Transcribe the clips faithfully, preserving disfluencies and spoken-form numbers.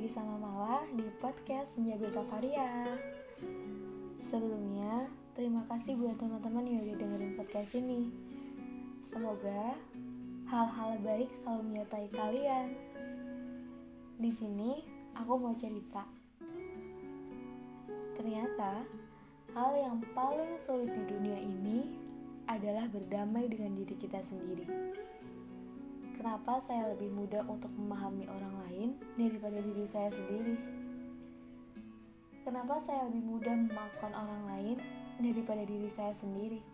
lagi sama Mala di podcast Senja Berita Varia. Sebelumnya, terima kasih buat teman-teman yang udah dengerin podcast ini. Semoga hal-hal baik selalu menyertai kalian. Di sini, aku mau cerita. Ternyata, hal yang paling sulit di dunia ini adalah berdamai dengan diri kita sendiri. Kenapa saya lebih mudah untuk memahami orang lain daripada diri saya sendiri? Kenapa saya lebih mudah memaafkan orang lain daripada diri saya sendiri?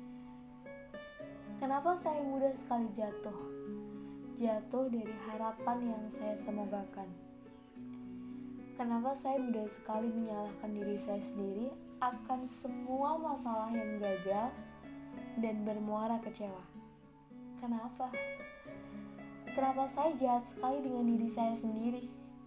Kenapa saya mudah sekali jatuh? Jatuh dari harapan yang saya semogakan. Kenapa saya mudah sekali menyalahkan diri saya sendiri akan semua masalah yang gagal dan bermuara kecewa? Kenapa? Kenapa saya jahat sekali dengan diri saya sendiri?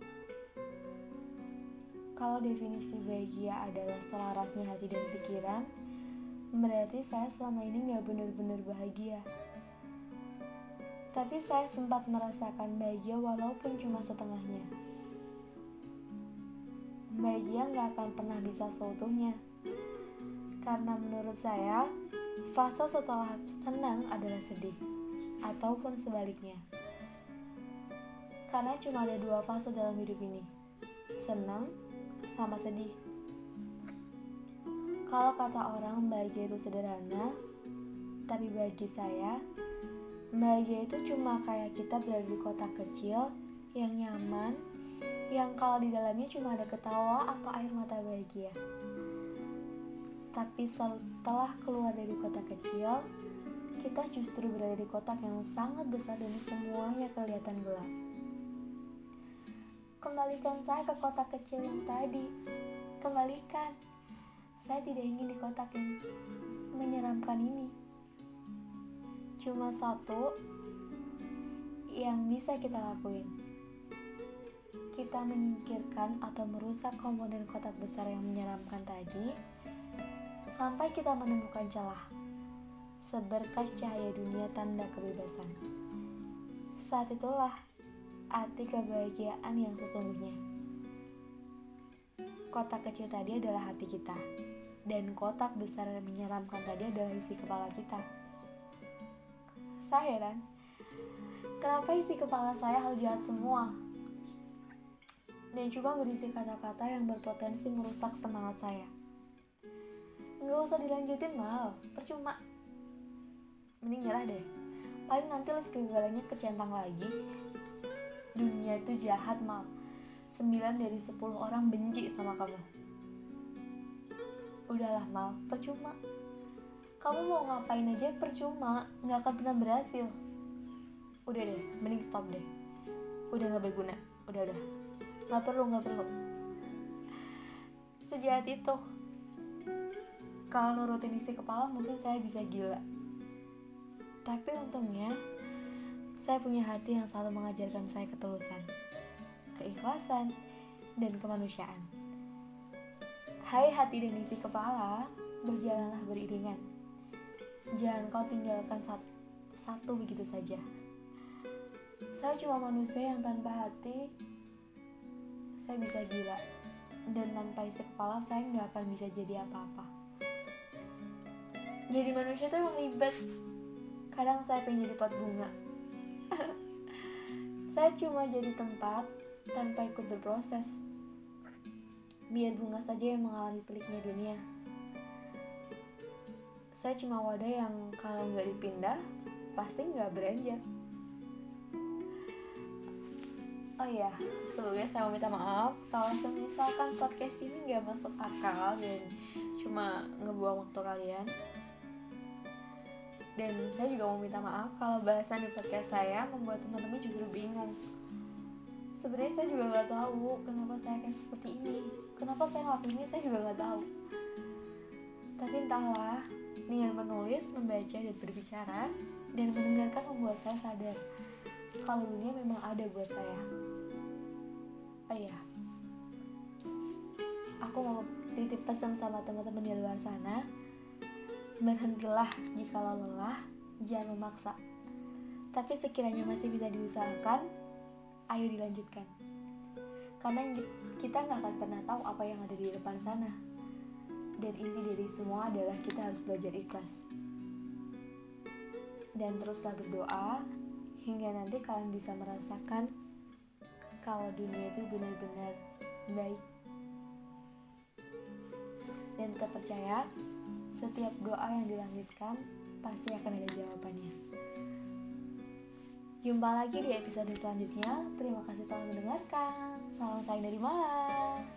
Kalau definisi bahagia adalah selarasnya hati dan pikiran, berarti saya selama ini gak benar-benar bahagia. Tapi saya sempat merasakan bahagia walaupun cuma setengahnya. Bahagia gak akan pernah bisa seutuhnya. Karena menurut saya, fase setelah senang adalah sedih, ataupun sebaliknya. Karena cuma ada dua fase dalam hidup ini, senang sama sedih. Kalau kata orang bahagia itu sederhana, tapi bagi saya, bahagia itu cuma kayak kita berada di kota kecil yang nyaman, yang kalau di dalamnya cuma ada ketawa atau air mata bahagia. Tapi setelah keluar dari kota kecil, kita justru berada di kotak yang sangat besar dan semuanya kelihatan gelap. Kembalikan saya ke kotak kecil yang tadi. Kembalikan. Saya tidak ingin di kotak yang menyeramkan ini. Cuma satu yang bisa kita lakuin. Kita menyingkirkan atau merusak komponen kotak besar yang menyeramkan tadi sampai kita menemukan celah. Seberkas cahaya dunia tanda kebebasan. Saat itulah arti kebahagiaan yang sesungguhnya. Kotak kecil tadi adalah hati kita, dan kotak besar yang menyeramkan tadi adalah isi kepala kita. Saya heran, kenapa isi kepala saya hal jahat semua? Dan cuma berisi kata-kata yang berpotensi merusak semangat saya. Nggak usah dilanjutin Mal, percuma. Mending nyerah deh, paling nanti les kegagalannya kecentang lagi. Dunia itu jahat Mal, sembilan dari sepuluh orang benci sama kamu. Udahlah Mal, percuma. Kamu mau ngapain aja percuma, gak akan pernah berhasil. Udah deh, mending stop deh. Udah gak berguna, udah-udah. Gak perlu, gak perlu. Sejahat itu. Kalau nurutin isi kepala mungkin saya bisa gila. Tapi untungnya saya punya hati yang selalu mengajarkan saya ketulusan, keikhlasan, dan kemanusiaan. Hai hati dan isi kepala, berjalanlah beriringan. Jangan kau tinggalkan satu, satu begitu saja. Saya cuma manusia yang tanpa hati, saya bisa gila. Dan tanpa isi kepala saya gak akan bisa jadi apa-apa. Jadi manusia tuh emang ribet. Kadang saya pengen jadi pot bunga. Saya cuma jadi tempat tanpa ikut berproses. Biar bunga saja yang mengalami peliknya dunia. Saya cuma wadah yang kalau nggak dipindah pasti nggak beranjak. Oh iya, sebelumnya saya mau minta maaf kalau misalkan podcast ini nggak masuk akal dan cuma ngebuang waktu kalian. Dan saya juga mau minta maaf kalau bahasan di podcast saya membuat teman-teman justru bingung. Sebenarnya saya juga nggak tahu kenapa saya kayak seperti ini. Kenapa saya ngelakuin ini saya juga nggak tahu. Tapi entahlah, dengan menulis, membaca, dan berbicara dan mendengarkan membuat saya sadar kalau dunia memang ada buat saya. Oh iya, aku mau titip pesan sama teman-teman di luar sana. Berhentilah jikalau lelah, jangan memaksa. Tapi sekiranya masih bisa diusahakan, ayo dilanjutkan. karena kita nggak akan pernah tahu apa yang ada di depan sana. Dan inti dari semua adalah kita harus belajar ikhlas. Dan teruslah berdoa hingga nanti kalian bisa merasakan kalau dunia itu benar-benar baik. Dan tetap percaya, setiap doa yang dilangitkan pasti akan ada jawabannya. Jumpa lagi di episode selanjutnya. Terima kasih telah mendengarkan. Salam sayang dari Malang.